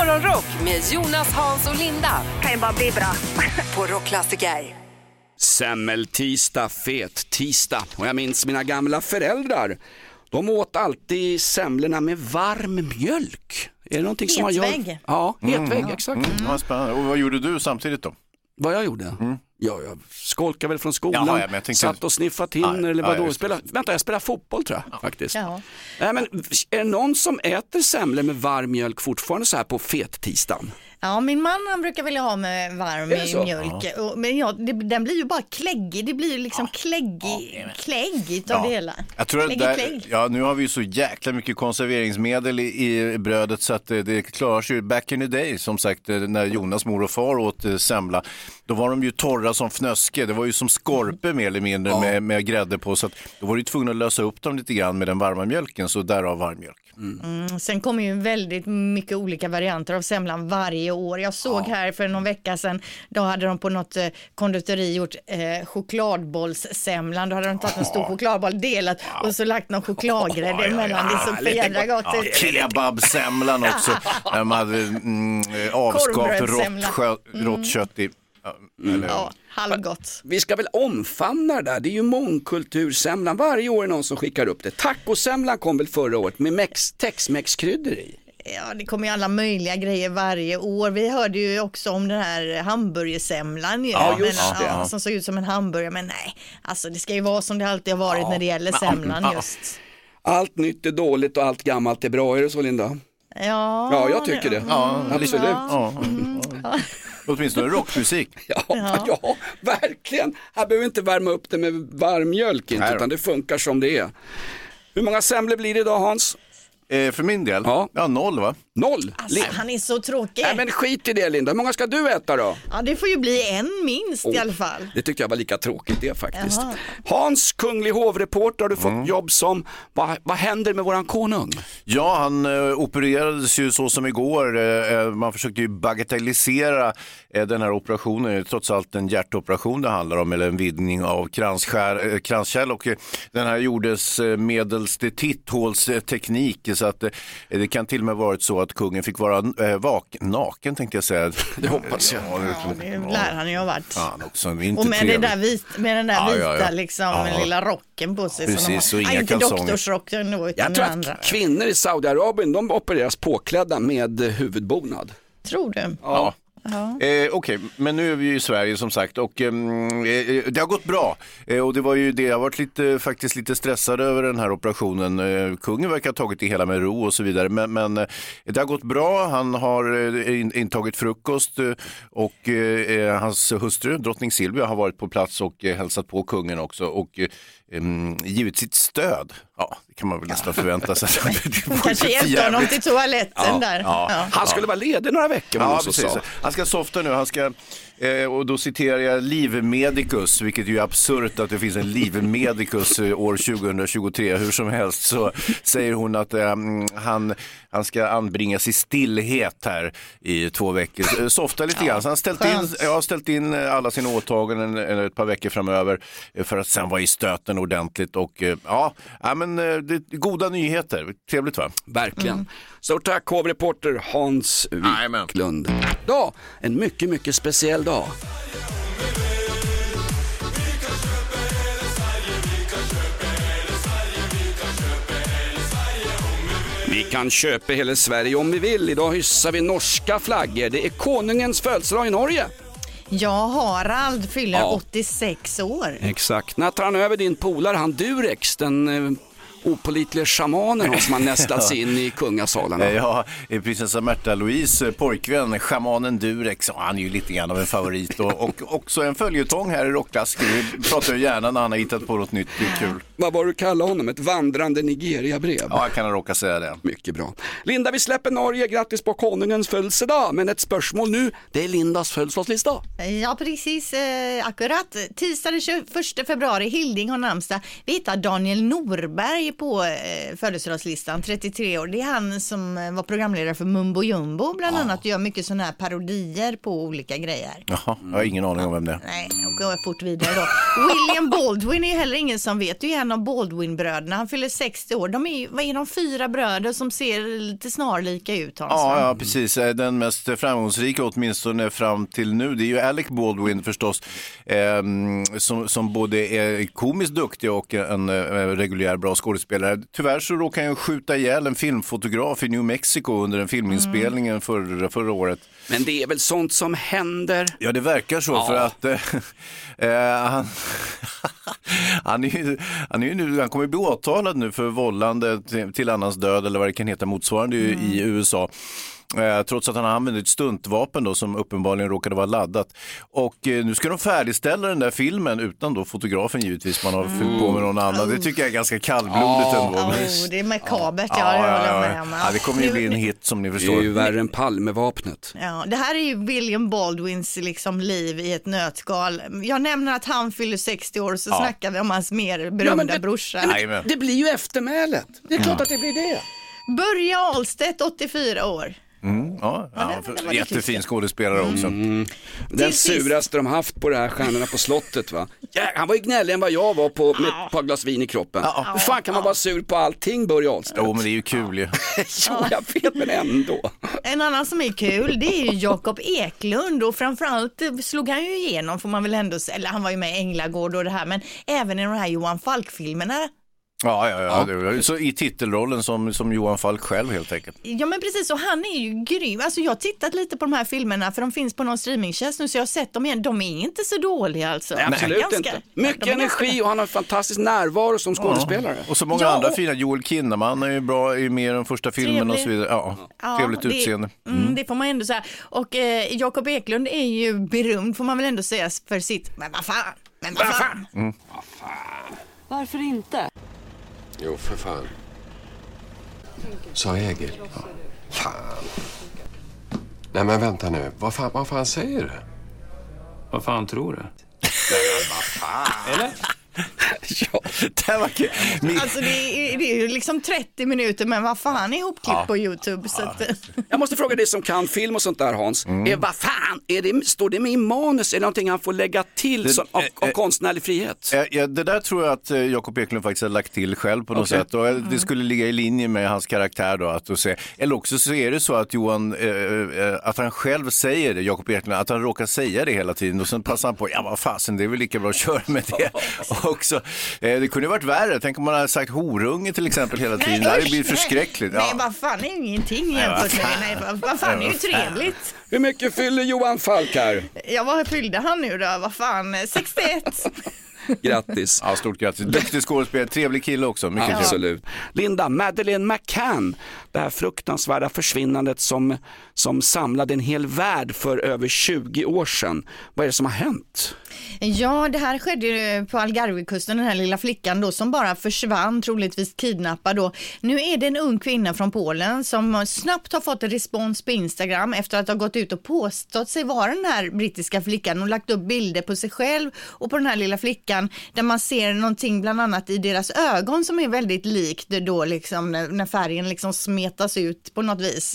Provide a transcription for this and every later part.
Morgonrock med Jonas, Hans och Linda. Kan ju bara bli bra. På Rockklassiker. Semmeltisdag, fet tisdag. Och jag minns mina gamla föräldrar. De åt alltid semlorna med varm mjölk. Är det någonting som man gör? Hetvägg. Ja, hetvägg, exakt. Ja, spännande. Och vad gjorde du samtidigt då? Vad jag gjorde? Ja, jag skolkade väl från skolan. Jaha, men jag tänkte... Satt och sniffat in eller vadå? Jag spelar fotboll tror jag faktiskt. Ja. Nej, men är det någon som äter semlor med varm mjölk fortfarande så här på fet-tisdagen? Ja, min man han brukar vilja ha med varm mjölk. Ja. Men den blir ju bara kläggig. Det blir ju liksom kläggigt av det hela. Jag tror att nu har vi ju så jäkla mycket konserveringsmedel i brödet så att det klarar sig. Back in the day, som sagt, när Jonas mor och far åt semla, då var de ju torra som fnöske. Det var ju som skorpe mer eller mindre med grädde på, så att då var du tvungen att lösa upp dem lite grann med den varma mjölken, så därav varm mjölk. Sen kommer ju väldigt mycket olika varianter av semlan varje år. Jag såg här för någon vecka sedan, då hade de på något konditori gjort chokladbollssemlan. Då hade de tagit en stor chokladboll, delat och så lagt någon chokladgrädde emellan. Det är så för jädra gott. Kebabsemlan också. De hade avskapt rått kött i. Halvgott. Vi ska väl omfamna det där. Det är ju mångkultursemlan. Varje år är någon som skickar upp det. Tacosemlan kom väl förra året med Tex-Mex-kryddor i. Ja, det kommer ju alla möjliga grejer varje år. Vi hörde ju också om den här hamburgersemlan som såg ut som en hamburgare. Men nej, alltså det ska ju vara som det alltid har varit när det gäller semlan just. Allt nytt är dåligt och allt gammalt är bra. Är det så, Linda? Ja, jag tycker det. Ja, absolut. Åtminstone rockmusik. Ja, verkligen. Här behöver vi inte värma upp det med varm mjölk inte, utan det funkar som det är. Hur många semlor blir det idag, Hans? För min del? Ja, 0 va? 0? Alltså, han är så tråkig. Nej, men skit i det, Linda. Hur många ska du äta då? Ja, det får ju bli en minst i alla fall. Det tyckte jag var lika tråkigt det faktiskt. Jaha. Hans, kunglig hovreporter, har du fått jobb som. Vad händer med våran konung? Ja, han opererades ju så som igår. Man försökte ju bagatellisera den här operationen. Trots allt en hjärtoperation det handlar om, eller en vidgning av kranskärl. Och den här gjordes medelst titthålsteknik, så att det kan till och med varit så att kungen fick vara naken, tänkte jag säga. Det hoppas jag. Det lär han ju ha varit. Också, inte och med, den där vita liksom, lilla rocken på sig. Precis, och inga inte kalsonger. doktorsrocken då, utan jag tror att kvinnor i Saudiarabien, de opereras påklädda med huvudbonad. Tror du? Ja. Okej, men nu är vi ju i Sverige som sagt, och det har gått bra, och det var ju det, jag har varit faktiskt lite stressad över den här operationen. Kungen verkar ha tagit det hela med ro och så vidare, men det har gått bra. Han har intagit frukost, och hans hustru, drottning Silvia, har varit på plats och hälsat på kungen också, och givit sitt stöd. Ja, det kan man väl nästan förvänta sig. Kanske hjälpte honom till toaletten där. Ja. Han skulle vara ledig några veckor. Ja, precis. Han ska softa nu. Han ska, och då citerar jag Livmedicus, vilket är ju absurt att det finns en Livmedicus år 2023. Hur som helst så säger hon att han ska anbringas i stillhet här i 2 veckor. Softa lite grann. Så han har ställt in alla sina åtaganden ett par veckor framöver för att sen vara i stöten ordentligt. Och men det är goda nyheter. Trevligt, va? Verkligen. Stort tack, hovreporter Hans Wiklund. Då, en mycket, mycket speciell dag. Vi kan köpa hela Sverige om vi vill. Idag hyssar vi norska flaggor. Det är konungens födelsedag i Norge. Ja, Harald fyller 86 år. Exakt. När tar han över din polare, han Durex, den opålitliga shamanen som har nästlats in i kungasalarna? Ja, prinsessa Märta Louise pojkvän, shamanen Durex, han är ju lite grann av en favorit, och också en följetong här i Rockklassiker. Vi pratar ju gärna när han har hittat på något nytt, det är kul. Vad var du kallar honom? Ett vandrande Nigeria-brev? Ja, jag kan råka säga det. Mycket bra. Linda, vi släpper Norge. Grattis på konungens födelsedag. Men ett spörsmål nu, det är Lindas födelsedagslista. Ja, precis. Akkurat. Tisdag den 21 februari, Hilding har namnsdag. Vi hittar Daniel Norberg med på födelsedagslistan, 33 år. Det är han som var programledare för Mumbo Jumbo bland annat, gör mycket sådana här parodier på olika grejer. Jaha, jag har ingen aning om vem det är. Nej, och går fort vidare då. William Baldwin är heller ingen som vet. Det är en av Baldwin-bröderna. Han fyller 60 år. Vad är de 4 bröder som ser lite snarlika ut, Hans? Ja, precis. Den mest framgångsrika åtminstone fram till nu, det är ju Alec Baldwin förstås, som både är komiskt duktig och en reguljär bra skådespelare. Tyvärr så råkade han skjuta ihjäl en filmfotograf i New Mexico under en filminspelningen förra året. Men det är väl sånt som händer? Ja, det verkar så, för att han kommer bli åtalad nu för vållande till annans död eller vad det kan heta motsvarande i USA. Trots att han har använt ett stuntvapen då, som uppenbarligen råkade vara laddat. Och nu ska de färdigställa den där filmen utan då fotografen givetvis. Man har fyllt på med någon annan. Det tycker jag är ganska kallblodigt ändå. Det är makabert, ja. Det kommer ju bli en hit som ni förstår. Det är ju värre än Palmevapnet. Ja, det här är ju William Baldwins liksom liv i ett nötskal. Jag nämner att han fyller 60 år, så snackar vi om hans mer berömda brorsa. Det blir ju eftermälet. Det är klart att det blir det. Börje Ahlstedt, 84 år. Jättefin skådespelare också. Den suraste de haft på det här Stjärnorna på slottet, va? Ja, han var ju gnällig än vad jag var på med ett par glas vin i kroppen. Hur fan kan man vara sur på allting, Börje Ahlstedt? Jo, men det är ju kul ju. Jo, jag vet, men ändå. En annan som är kul, det är ju Jakob Eklund, och framförallt slog han ju igenom, får man väl ändå säga. Eller han var ju med i Änglagård och det här, men även i de här Johan Falk-filmerna. Ja. Så i titelrollen som Johan Falk själv helt enkelt. Ja, men precis, och han är ju grym. Alltså jag har tittat lite på de här filmerna, för de finns på någon streamingtjänst nu, så jag har sett dem igen. De är inte så dåliga alltså. Nej, absolut inte. Mycket energi och han har en fantastisk närvaro som skådespelare. Och så många andra fina. Joel Kinnaman är ju bra i mer än första filmen och så vidare. Trevligt utseende. Det får man ändå säga. Och Jakob Eklund är ju berömd, får man väl ändå säga, för sitt Men vad fan. Varför inte? Jo, för fan. Sa Egil. Fan. Nej, men vänta nu. Vad fan säger du? Vad fan tror du? Vad fan? Eller? Ja, det var kul. Alltså det är ju liksom 30 minuter, men vad fan är ihopklippt på YouTube. Så att... Jag måste fråga dig som kan film och sånt där, Hans. Vad fan, står det med i manus? Är det någonting han får lägga till av konstnärlig frihet? Det där tror jag att Jakob Eklund faktiskt har lagt till själv på något sätt. Och det skulle ligga i linje med hans karaktär då. Eller också så är det så att Johan, att han själv säger det, Jakob Eklund, att han råkar säga det hela tiden. Och sen passar han på, vad fasen, det är väl lika bra att köra med det. Också. Det kunde varit värre. Tänk om man hade sagt horunge till exempel hela tiden. Det blir förskräckligt. Nej, vad fan är ingenting jämfört med det. Nej, vad fan är ju trevligt. Hur mycket fyller Johan Falk här? Ja, vad fyllde han nu då? Vad fan, 61. Grattis. Ja, stort grattis. Duktig skådespelare, trevlig kille också. Mycket absolut. Linda, Madeleine McCann, det här fruktansvärda försvinnandet som samlade en hel värld för över 20 år sedan. Vad är det som har hänt? Ja, det här skedde på Algarvekusten, den här lilla flickan då som bara försvann, troligtvis kidnappad då. Nu är det en ung kvinna från Polen som snabbt har fått en respons på Instagram efter att ha gått ut och påstått sig vara den här brittiska flickan och lagt upp bilder på sig själv och på den här lilla flickan där man ser någonting bland annat i deras ögon som är väldigt likt då liksom när färgen liksom smetas ut på något vis.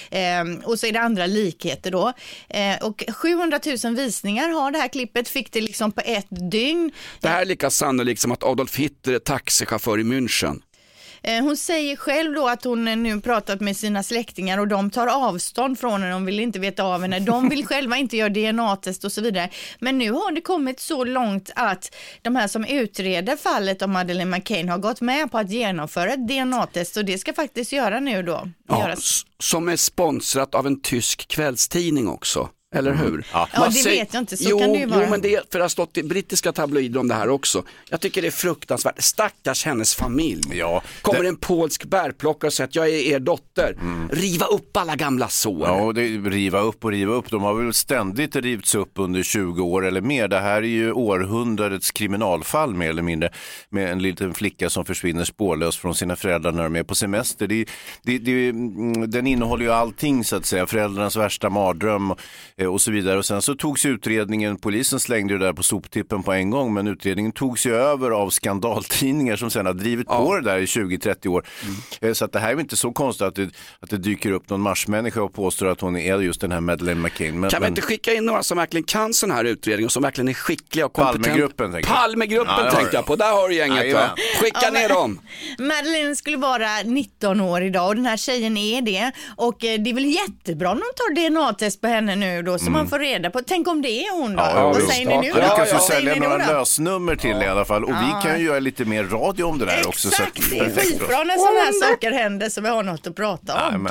Och så är det andra likheter då. Och 700 000 visningar har det här klippet, fick det liksom på ett dygn. Det här är lika sannolikt som att Adolf Hitler är taxichaufför i München. Hon säger själv då att hon nu pratat med sina släktingar och de tar avstånd från henne, de vill inte veta av henne, de vill själva inte göra DNA-test och så vidare. Men nu har det kommit så långt att de här som utreder fallet om Madeleine McCann har gått med på att genomföra ett DNA-test och det ska faktiskt göra nu då. Ja, som är sponsrat av en tysk kvällstidning också. Eller hur? Ja, det vet jag inte, så kan det ju vara. Jo, men det för det har stått i brittiska tabloider om det här också. Jag tycker det är fruktansvärt. Stackars hennes familj. Ja, kommer en polsk bärplockare och säger att jag är er dotter. Riva upp alla gamla sår. Ja, riva upp. De har väl ständigt rivts upp under 20 år eller mer. Det här är ju århundradets kriminalfall mer eller mindre. Med en liten flicka som försvinner spårlöst från sina föräldrar när de är på semester. Den innehåller ju allting så att säga. Föräldrarnas värsta mardröm. och så vidare. Och sen så togs utredningen, polisen slängde det där på soptippen på en gång, men utredningen togs ju över av skandaltidningar som sen har drivit på det där i 20-30 år. Så att det här är inte så konstigt att det dyker upp någon marsmänniska och påstår att hon är just den här Madeleine McCann. Kan vi inte skicka in några som verkligen kan sån här utredning och som verkligen är skickliga och kompetenta? Palmegruppen tänkte jag på, där har du gänget va? Skicka ner dem. Madeleine skulle vara 19 år idag och den här tjejen är det. Och det är väl jättebra om de tar DNA-test på henne nu då så man får reda på. Tänk om det är hon då? Vad säger ni nu då? Jag kan sälja några lösnummer till i alla fall. Och vi kan ju göra lite mer radio om det där också. Exakt, det är skitbra när sådana här saker händer så vi har något att prata om.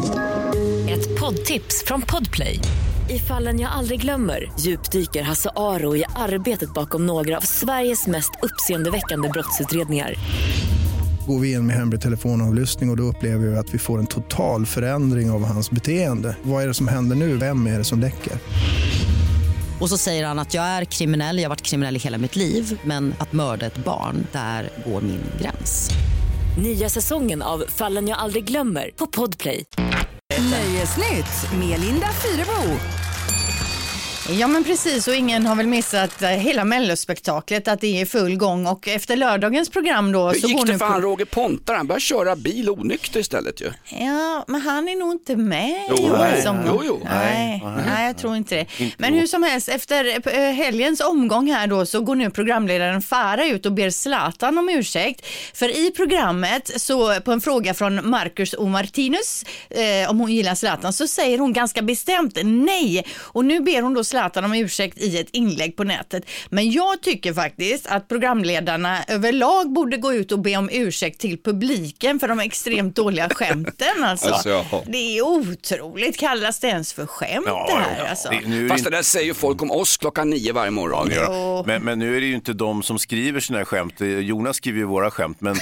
Ett poddtips från Podplay. I Fallen jag aldrig glömmer djupdyker Hasse Aro i arbetet bakom några av Sveriges mest uppseendeväckande brottsutredningar. Går vi in med hemlig telefonavlyssning och då upplever vi att vi får en total förändring av hans beteende. Vad är det som händer nu? Vem är det som läcker? Och så säger han att jag är kriminell, jag har varit kriminell i hela mitt liv. Men att mörda ett barn, där går min gräns. Nya säsongen av Fallen jag aldrig glömmer på Podplay. Nöjesnytt med Linda Fyrebo. Ja men precis, och ingen har väl missat hela Mellospektaklet att det är full gång och efter lördagens program då... Hur så gick går det för han Roger Pontar? Han började köra bil onykter istället ju. Ja, men han är nog inte med. Jo. Nej, jag tror inte det. Men hur som helst, efter helgens omgång här då så går nu programledaren Farah ut och ber Zlatan om ursäkt. För i programmet så på en fråga från Marcus och Martinus om hon gillar Zlatan så säger hon ganska bestämt nej. Och nu ber hon då Zlatan om ursäkt i ett inlägg på nätet. Men jag tycker faktiskt att programledarna överlag borde gå ut och be om ursäkt till publiken för de extremt dåliga skämten. Alltså. Det är otroligt. Kallas det ens för skämt det här? Alltså. Fast det där säger folk om oss 9:00 varje morgon. Men nu är det ju inte de som skriver sina skämt. Jonas skriver ju våra skämt. Men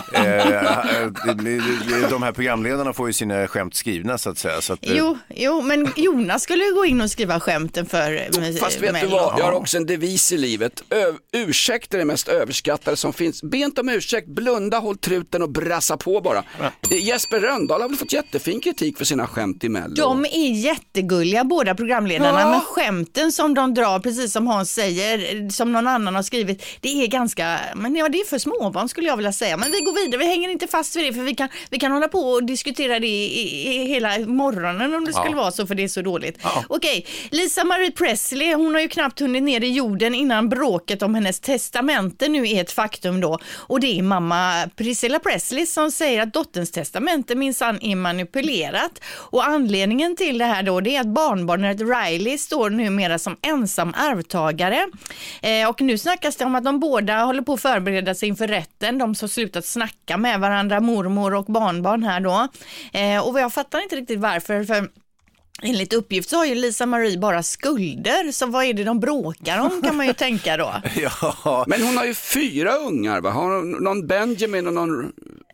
de här programledarna får ju sina skämt skrivna så att säga. Så att, jo, men Jonas skulle ju gå in och skriva skämten för fast vet du vad, jag har också en devis i livet. Ursäkt är det mest överskattade som finns. Be inte om ursäkt, blunda, håll truten och brassa på bara. Jesper Rönndahl har väl fått jättefin kritik för sina skämt i Mello. De är jättegulliga båda programledarna, men skämten som de drar, precis som Hans säger, som någon annan har skrivit, det är ganska, men det är för småbarn skulle jag vilja säga. Men vi går vidare, vi hänger inte fast vid det, för vi kan hålla på och diskutera det i hela morgonen om det skulle vara så, för det är så dåligt. Okej, Lisa Marie Presley, hon har ju knappt hunnit ner i jorden innan bråket om hennes testamente nu är ett faktum då. Och det är mamma Priscilla Presley som säger att dotterns testamente minsann är manipulerat. Och anledningen till det här då, det är att barnbarnet Riley står numera som ensam arvtagare. Och nu snackas det om att de båda håller på att förbereda sig inför rätten. De har slutat snacka med varandra, mormor och barnbarn här då. Och jag fattar inte riktigt varför, för enligt uppgift så har ju Lisa Marie bara skulder, så vad är det de bråkar om kan man ju tänka då. Men hon har ju 4 ungar va? Har hon någon Benjamin och någon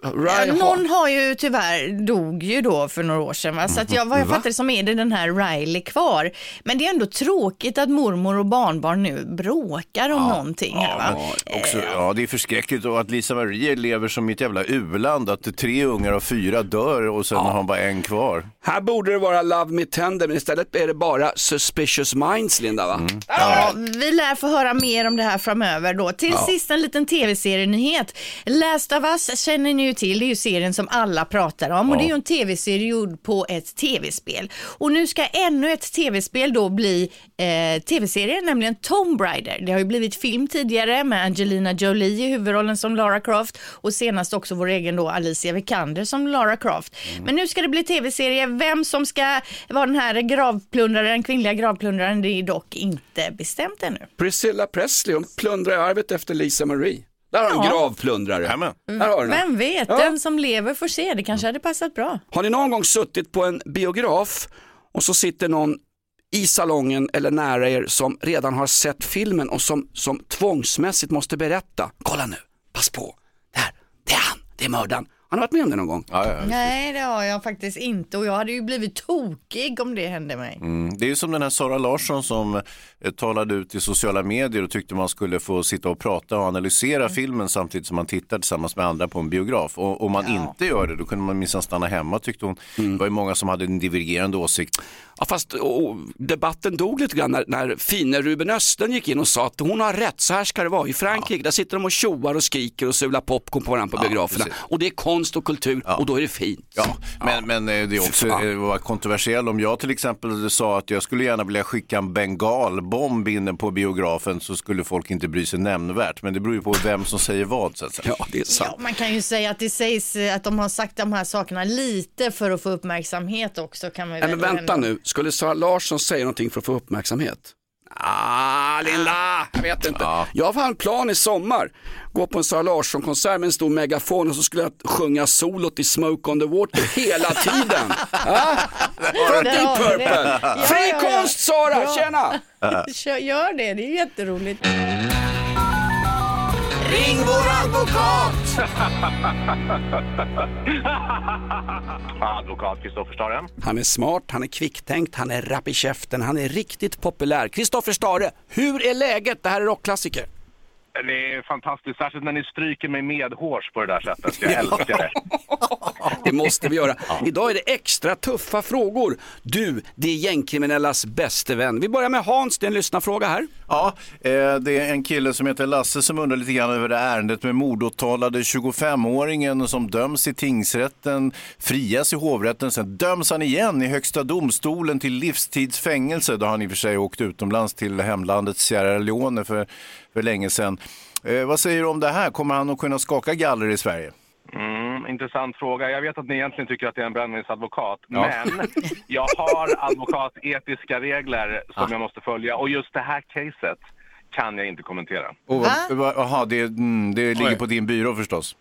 någon har ju tyvärr dog ju då för några år sedan va? Så att vad jag fattar som är det den här Riley kvar. Men det är ändå tråkigt att mormor och barnbarn nu bråkar om någonting här va? Det är förskräckligt, och att Lisa Marie lever som i ett jävla u-land, att 3 ungar och 4 dör och sen har han bara en kvar. Här borde det vara Love Me Tender, men istället är det bara Suspicious Minds, Linda va? Vi lär få höra mer om det här framöver då. Till sist en liten tv-serienyhet. Last of Us känner ni ju till, det är ju serien som alla pratar om och det är ju en tv-serie gjord på ett tv-spel. Och nu ska ännu ett tv-spel då bli tv-serie, nämligen Tomb Raider. Det har ju blivit film tidigare med Angelina Jolie i huvudrollen som Lara Croft och senast också vår egen då Alicia Vikander som Lara Croft. Men nu ska det bli tv-serie. Vem som ska vara den här den kvinnliga gravplundraren, det är dock inte bestämt ännu. Priscilla Presley, hon plundrar arvet efter Lisa Marie. Där har en gravplundrare. Vem vet, den som lever får se. Det kanske hade passat bra. Har ni någon gång suttit på en biograf och så sitter någon i salongen eller nära er som redan har sett filmen och som tvångsmässigt måste berätta. Kolla nu, pass på. Det är han, det är mördaren. Har du varit med om det någon gång? Ja. Nej, det har jag faktiskt inte och jag hade ju blivit tokig om det hände mig. Det är ju som den här Sara Larsson som talade ut i sociala medier och tyckte man skulle få sitta och prata och analysera filmen samtidigt som man tittar tillsammans med andra på en biograf. Och om man inte gör det, då kunde man minst stanna hemma, tyckte hon. Det var ju många som hade en divergerande åsikt. Ja, fast debatten dog lite grann när fine Ruben Östlund gick in och sa att hon har rätt, så här ska det vara. I Frankrike där sitter de och tjoar och skriker och sular popcorn på varandra på biograferna. Precis. Och det är konst och kultur och då är det fint. Ja, men det är också var kontroversiellt. Om jag till exempel sa att jag skulle gärna vilja skicka en bengalbomb in på biografen, så skulle folk inte bry sig nämnvärt. Men det beror ju på vem som säger vad, så att säga. Ja, det är sant. Ja, man kan ju säga att det sägs att de har sagt de här sakerna lite för att få uppmärksamhet också. Kan man men vänta nu, skulle Sara Larsson säga någonting för att få uppmärksamhet? Linda, jag vet inte. Jag har en plan i sommar. Gå på en Sara Larsson-konsert med en stor megafon och så skulle jag sjunga solot i Smoke on the Water hela tiden. Från Deep Purple. Fri konst, Sara, tjena! Gör det är jätteroligt. Ring vår advokat! Advokat Kristoffer Stare. Han är smart, han är kvicktänkt, han är rapp i käften, han är riktigt populär. Kristoffer Stare, hur är läget? Det här är rockklassiker. Det är fantastiskt, särskilt när ni stryker mig medhårs på det där sättet. Jag älskar det. Det måste vi göra. Idag är det extra tuffa frågor. Du, det är gängkriminellas bäste vän. Vi börjar med Hans, det är en lyssnarfråga här. Ja, det är en kille som heter Lasse som undrar lite grann över det ärendet med mordåtalade 25-åringen som döms i tingsrätten, frias i hovrätten, sen döms han igen i högsta domstolen till livstidsfängelse. Då har han i och för sig åkt utomlands till hemlandet Sierra Leone för länge sedan. Vad säger du om det här? Kommer han att kunna skaka galler i Sverige? Intressant fråga. Jag vet att ni egentligen tycker att det är en brännvinsadvokat. Men jag har advokatetiska regler som jag måste följa. Och just det här caset kan jag inte kommentera. Jaha, det ligger på din byrå förstås.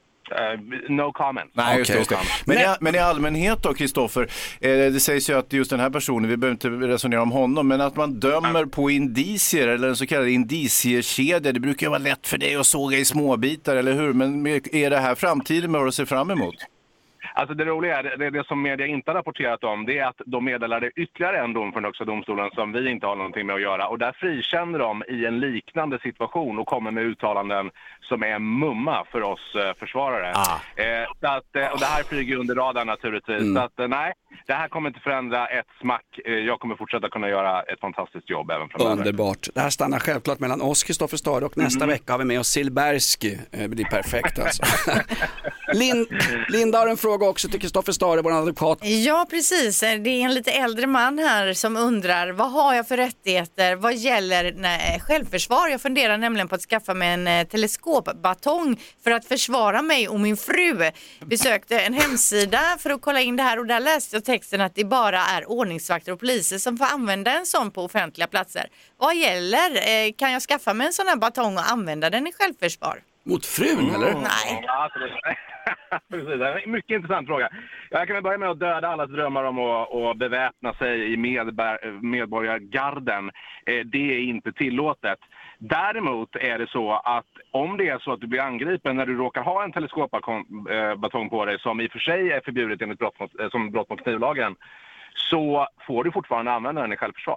No comment. Nej, just det. Men i allmänhet då, Kristoffer, det sägs ju att just den här personen, vi behöver inte resonera om honom, men att man dömer på indicier eller en så kallad indiciekedja, det brukar ju vara lätt för dig att såga i småbitar, eller hur? Men är det här framtiden med att se fram emot? Alltså det roliga är, det som media inte har rapporterat om, det är att de meddelade ytterligare en dom från högsta domstolen som vi inte har någonting med att göra. Och där frikänner de i en liknande situation och kommer med uttalanden som är mumma för oss försvarare. Så att, och det här flyger under radarn naturligtvis. Så att nej, det här kommer inte förändra ett smack. Jag kommer fortsätta kunna göra ett fantastiskt jobb även framöver. Underbart. Det här stannar självklart mellan oss, Kristoffer Stare, och nästa vecka har vi med oss Silbersky. Det blir perfekt alltså. Linda har en fråga också till Kristoffer Stare, vår advokat. Ja, precis. Det är en lite äldre man här som undrar, vad har jag för rättigheter vad gäller självförsvar? Jag funderar nämligen på att skaffa mig en teleskopbatong för att försvara mig och min fru. Besökte en hemsida för att kolla in det här och där läste jag texten att det bara är ordningsvakter och poliser som får använda en sån på offentliga platser. Vad gäller? Kan jag skaffa mig en sån här batong och använda den i självförvar? Mot frun, eller? Nej. Precis, det är en mycket intressant fråga. Jag kan börja med att döda allas drömmar om att beväpna sig i medborgargarden. Det är inte tillåtet. Däremot är det så att om det är så att du blir angripen när du råkar ha en teleskopbatong på dig, som i och för sig är förbjudet enligt som brott mot knivlagen, så får du fortfarande använda den i självförsvar.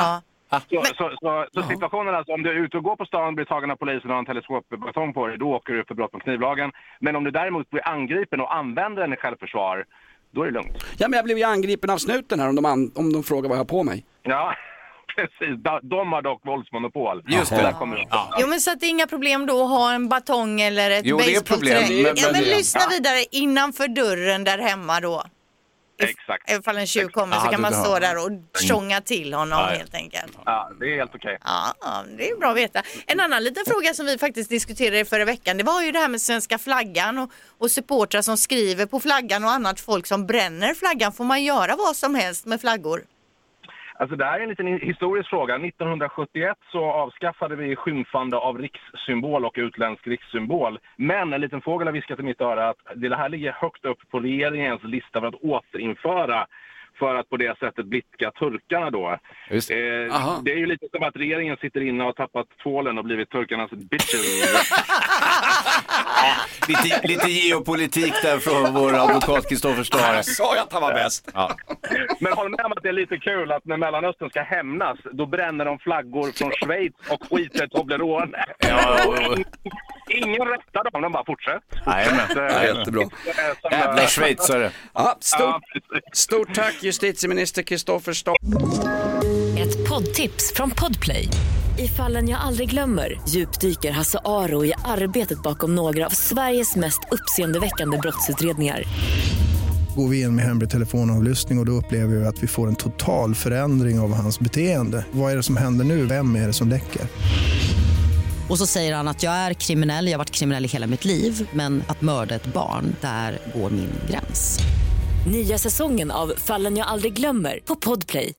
Så situationen är alltså, om du är ute och går på stan och blir tagen av polisen och har en teleskopbatong på dig, då åker du för brott mot knivlagen. Men om du däremot blir angripen och använder den i självförsvar, då är det lugnt. Ja, men jag blev ju angripen av snuten här om de frågar vad jag har på mig. Ja, precis. De har dock våldsmonopol. Just det. Jo, men så att det är inga problem då att ha en batong eller ett basebollträ. Men lyssna vidare innanför dörren där hemma då. Exakt. Ifall en tjuv kommer så kan man stå där och tjonga till honom helt enkelt. Ja, det är helt okej. Ja, det är bra att veta. En annan liten fråga som vi faktiskt diskuterade förra veckan, det var ju det här med svenska flaggan och supportrar som skriver på flaggan och annat folk som bränner flaggan. Får man göra vad som helst med flaggor? Alltså det här är en liten historisk fråga. 1971 så avskaffade vi skymfande av rikssymbol och utländsk rikssymbol. Men en liten fågel har viskat i mitt öra att det här ligger högt upp på regeringens lista för att återinföra för att på det sättet blidka turkarna då. Det är ju lite som att regeringen sitter inne och har tappat tvålen och blivit turkarnas bitches. Lite geopolitik där från vår advokat Kristoffer Stare. Jag sa att han var bäst. Ja. Men håll med om att det är lite kul att när Mellanöstern ska hämnas, då bränner de flaggor från Schweiz och skiter Toblerone. Ingen rättar dem, de bara fortsätter. Nej, men jättebra. Jävla schweizare. Ja, stort tack justitieminister Kristoffer Stare. Ett poddtips från Podplay. I Fallen jag aldrig glömmer djupdyker Hasse Aro i arbetet bakom några av Sveriges mest uppseendeväckande brottsutredningar. Går vi in med hemlig telefonavlyssning och då upplever vi att vi får en total förändring av hans beteende. Vad är det som händer nu? Vem är det som läcker? Och så säger han att jag är kriminell, jag har varit kriminell i hela mitt liv. Men att mörda ett barn, där går min gräns. Nya säsongen av Fallen jag aldrig glömmer på Podplay.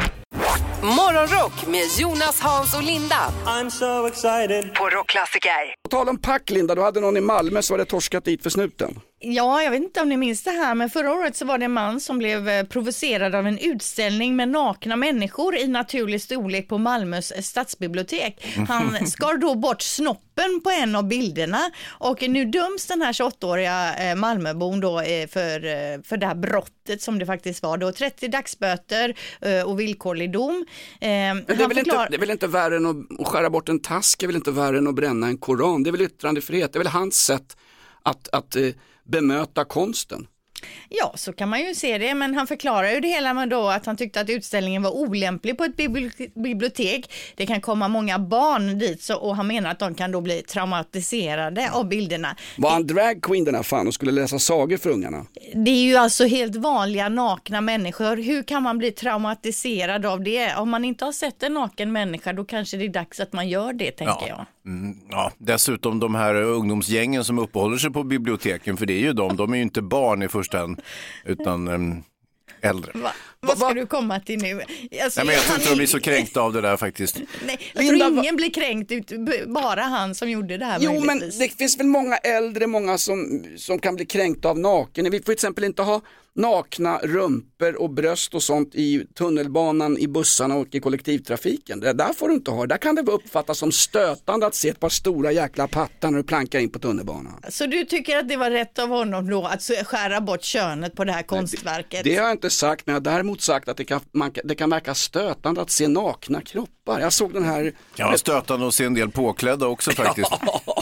Morgonrock med Jonas, Hans och Linda. I'm so excited. På Rockklassiker. På tal om pack, Linda, du hade någon i Malmö så var det torskat dit för snuten. Ja, jag vet inte om ni minns det här, men förra året så var det en man som blev provocerad av en utställning med nakna människor i naturlig storlek på Malmös stadsbibliotek. Han skar då bort snoppen på en av bilderna och nu döms den här 28-åriga Malmöbon då för det här brottet som det faktiskt var då. 30 dagsböter och villkorlig dom. Men det är väl inte värre än att skära bort en task, det är väl inte värre än att bränna en koran, det är väl yttrandefrihet, det är väl hans sätt att bemöta konsten. Ja, så kan man ju se det, men han förklarar ju det hela med då att han tyckte att utställningen var olämplig på ett bibliotek. Det kan komma många barn dit och han menar att de kan då bli traumatiserade av bilderna. Var han drag queen den här fan och skulle läsa sagor för ungarna? Det är ju alltså helt vanliga nakna människor. Hur kan man bli traumatiserad av det? Om man inte har sett en naken människa, då kanske det är dags att man gör det, tänker jag. Ja, dessutom de här ungdomsgängen som uppehåller sig på biblioteken, för det är ju de är ju inte barn i första hand utan äldre. Vad ska du komma till nu? Alltså, nej, men jag tror inte de blir så kränkta av det där faktiskt. Nej, jag tror ingen blir kränkt, bara han som gjorde det här. Jo, men det finns väl många äldre, många som kan bli kränkta av naken. Vi får till exempel inte ha nakna rumpor och bröst och sånt i tunnelbanan, i bussarna och i kollektivtrafiken. Det där får du inte ha. Där kan det uppfattas som stötande att se ett par stora jäkla pattar när du plankar in på tunnelbanan. Så du tycker att det var rätt av honom då att skära bort könet på det här konstverket? Det har jag inte sagt, men jag har däremot sagt att det kan verka stötande att se nakna kroppar. Jag såg den här... Ja, stötande att se en del påklädda också faktiskt.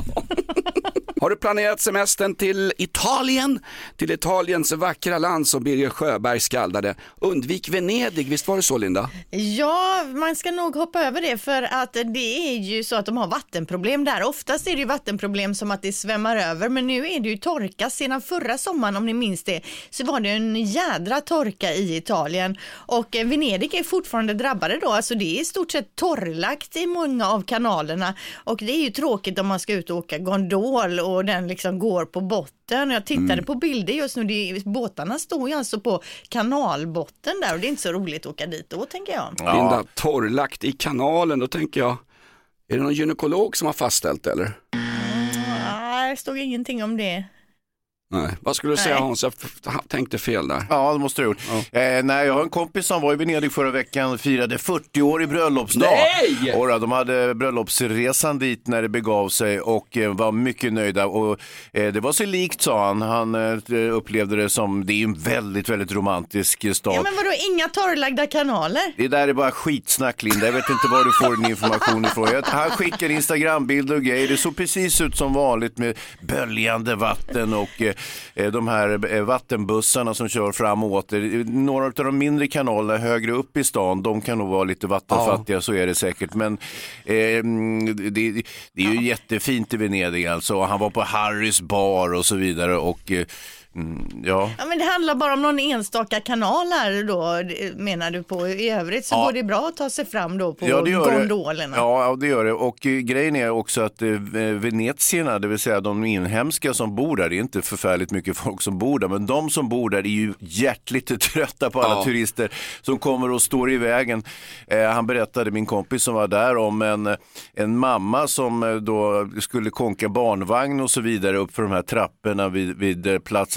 Har du planerat semestern till Italien? Till Italiens vackra land som Birger Sjöberg skaldade. Undvik Venedig, visst var det så, Linda? Ja, man ska nog hoppa över det, för att det är ju så att de har vattenproblem där. Oftast är det ju vattenproblem som att det svämmar över, men nu är det ju torka. Sedan förra sommaren, om ni minns det, så var det en jädra torka i Italien. Och Venedig är fortfarande drabbade då. Alltså det är i stort sett torrlagt i många av kanalerna. Och det är ju tråkigt om man ska ut och åka gondol och den liksom går på botten. Jag tittade på bilder just nu, båtarna står ju alltså på kanalbotten där och det är inte så roligt att åka dit då, tänker jag. Ja. Linda, torrlagt i kanalen, då tänker jag, är det någon gynekolog som har fastställt eller? Nej, det stod ingenting om det. Nej, vad skulle du säga, Hans? Jag tänkte fel där. Ja, det måste du ha gjort. Ja. Nej, jag har en kompis som var i Venedig förra veckan, firade 40 år i bröllopsdag. Nej! Och de hade bröllopsresan dit när det begav sig och var mycket nöjda. Och det var så likt, sa han. Han upplevde det som, det är en väldigt, väldigt romantisk stad. Ja, men vadå, inga torrlagda kanaler? Det där är bara skitsnack, Linda. Jag vet inte var du får din information ifrån. Han skickar Instagram-bilder och grejer. Det såg precis ut som vanligt med böljande vatten och de här vattenbussarna som kör fram och åter. Några av de mindre kanalerna högre upp i stan, de kan nog vara lite vattenfattiga, så är det säkert. Men det är ju jättefint i Venedig alltså. Han var på Harrys bar och så vidare och... Ja, men det handlar bara om någon enstaka kanal här då, menar du på. I övrigt så går det bra att ta sig fram då på gondolerna. Ja, det gör det. Och grejen är också att venetierna, det vill säga de inhemska som bor där, det är inte förfärligt mycket folk som bor där, men de som bor där är ju hjärtligt trötta på alla turister som kommer och står i vägen. Han berättade, min kompis som var där, om en mamma som då skulle konka barnvagn och så vidare upp för de här trapporna vid Plaza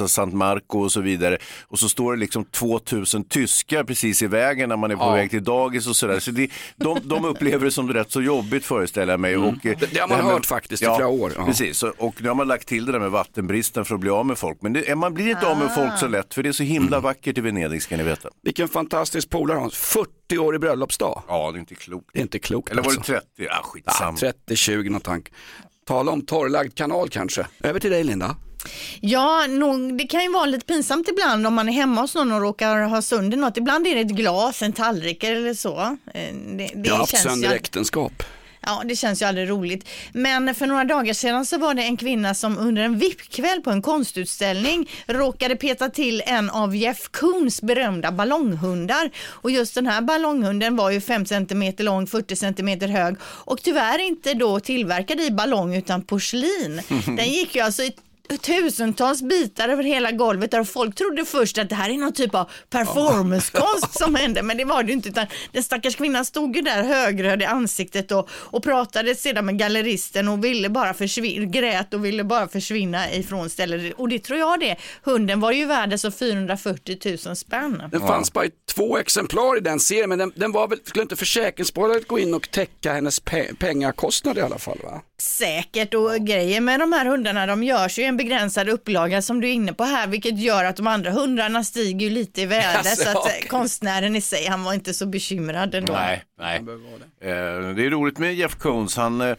Sant Marco och så vidare. Och så står det liksom 2000 tyskar precis i vägen när man är på väg till dagis och sådär. Så de upplever det som rätt så jobbigt, föreställer jag mig. Och, det har man hört faktiskt i flera år. Ja. Precis, och nu har man lagt till det där med vattenbristen för att bli av med folk. Men man blir inte av med folk så lätt, för det är så himla vackert i Venedig, ska ni veta. Vilken fantastisk polare han. 40 år i bröllopsdag. Ja, det är inte klokt. Det är inte klokt. Eller var det 30? Ja, skitsamma. 30-20 någon tank. Tala om torrlagd kanal kanske. Över till dig, Linda. Ja, det kan ju vara lite pinsamt ibland om man är hemma hos någon och råkar ha sönder något. Ibland är det ett glas, en tallrik eller så. Jag har haft sönder äktenskap. Ja, det känns ju aldrig roligt. Men för några dagar sedan så var det en kvinna som under en VIP-kväll på en konstutställning råkade peta till en av Jeff Koons berömda ballonghundar. Och just den här ballonghunden var ju 5 cm lång, 40 cm hög och tyvärr inte då tillverkad i ballong utan porslin. Den gick ju alltså i tusentals bitar över hela golvet där folk trodde först att det här är någon typ av performancekonst som hände, men det var det ju inte, utan den stackars kvinnan stod ju där högröd i ansiktet och pratade sedan med galleristen och ville bara grät och ville bara försvinna ifrån stället, och det tror jag det. Hunden var ju värd så 440 000 spänn. Den fanns bara i 2 exemplar i den serien, men den var väl, skulle inte försäkringsbolaget gå in och täcka hennes pengakostnader i alla fall, va? Säkert, och grejer med de här hundarna, de görs ju en begränsad upplaga som du är inne på här, vilket gör att de andra hundarna stiger ju lite i värde, så att konstnären i sig, han var inte så bekymrad ändå. Nej. Det är roligt med Jeff Koons, han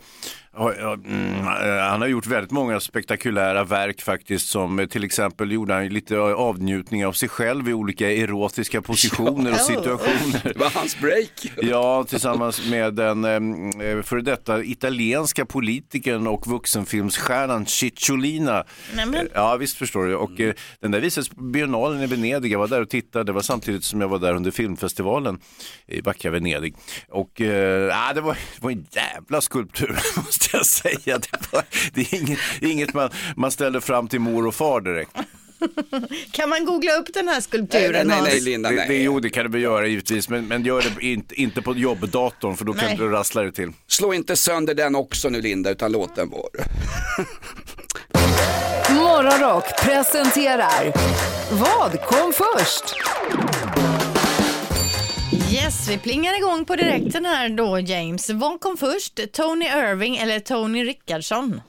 har gjort väldigt många spektakulära verk faktiskt, som till exempel gjorde han lite avnjutning av sig själv i olika erotiska positioner och situationer. Det var hans break. Ja, tillsammans med den före detta italienska politikern och vuxenfilmsstjärnan Cicciolina. Ja, visst förstår du. Och den där visades på Biennalen i Venedig. Jag var där och tittade. Det var samtidigt som jag var där under filmfestivalen i vackra Venedig. Och det var en jävla skulptur, måste jag säga. Det är inget man ställer fram till mor och far direkt. Kan man googla upp den här skulpturen? Nej, Linda, nej. Det kan du väl göra givetvis, men gör det inte på jobbdatorn, för då kan du rassla det till. Slå inte sönder den också nu, Linda, utan låt den vara. Morgonrock presenterar Vad kom först? Yes, vi plingar igång på direkten här då, James. Vad kom först? Tony Irving eller Tony Rickardsson?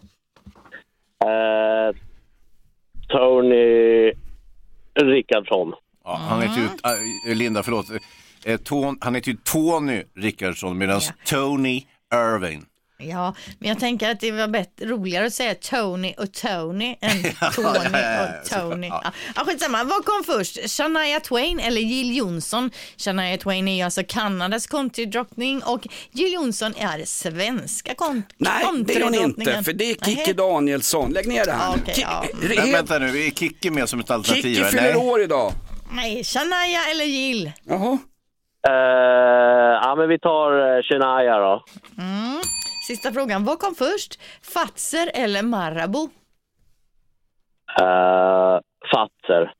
Tony Rickardsson. Ja, han heter ju, Linda, förlåt. Han heter ju Tony Rickardsson, medan Tony Irving. Ja, men jag tänker att det var roligare att säga Tony och Tony än Tony och Tony. Ja, skitsamma. Vad kom först? Shania Twain eller Jill Johnson? Shania Twain är alltså Kanadas countrydrottning och Jill Johnson är svenska Nej, det är hon inte, för det är Kikki Danielsson. Lägg ner det här. Men vänta nu, är Kikki med som ett alternativ? Kikki fyller år idag. Nej, Shania eller Jill? Jaha. Ja, men vi tar Shania då. Sista frågan, vad kom först? Fazer eller Marabou? Fazer.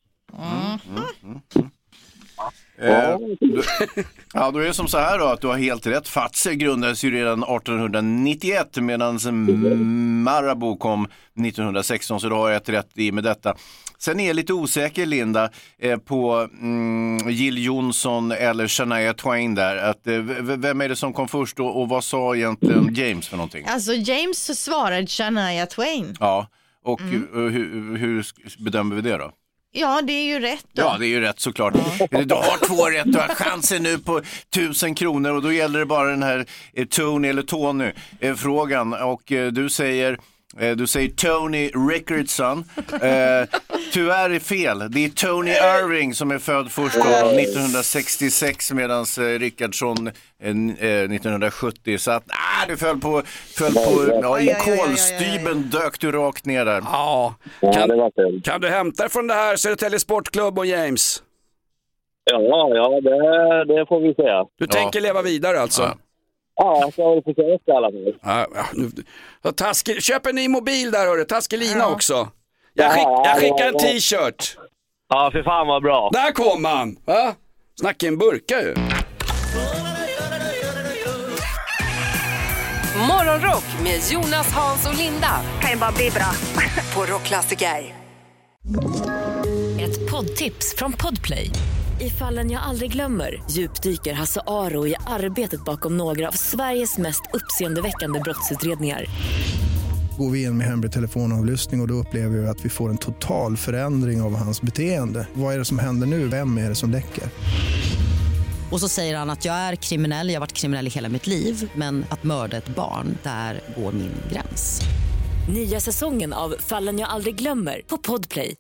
Då är det som så här då, att du har helt rätt. Fazer grundades ju redan 1891, medan Marabou kom 1916, så du har ett rätt i med detta. Sen är jag lite osäker, Linda, på Jill Johnson eller Shania Twain där. Att, vem är det som kom först och vad sa egentligen James för någonting? Alltså James svarade Shania Twain. Ja, och hur bedömer vi det då? Ja, det är ju rätt då. Ja, det är ju rätt såklart. Du har 2 rätt, du har chansen nu på 1000 kronor och då gäller det bara den här Tony eller Tony frågan, och du säger Tony Rickardsson. Tyvärr är fel. Det är Tony Irving som är född först 1966, medan Rickardsson 1970. Så att du föll på i kolstyben dök du rakt ner där. Ja. Kan du hämta från det här Södertälje Sportklubb och James? Ja, det får vi säga. Du tänker leva vidare alltså? Ja, jag ska väl försöka i alla fall. Köp en ny mobil där, hörru. Taskelina också. Jag skickar en t-shirt. Ja, för fan vad bra. Där kom han. Snacka en burka ju. Morgonrock med Jonas, Hans och Linda. Kan ju bara bli bra. På Rockklassiker. poddtips från Podplay. I Fallen jag aldrig glömmer djupdyker Hasse Aro i arbetet bakom några av Sveriges mest uppseendeväckande brottsutredningar. Går vi in med hemlig telefonavlyssning och då upplever vi att vi får en total förändring av hans beteende. Vad är det som händer nu? Vem är det som läcker? Och så säger han att jag är kriminell, jag har varit kriminell i hela mitt liv. Men att mörda ett barn, där går min gräns. Nya säsongen av Fallen jag aldrig glömmer på Podplay.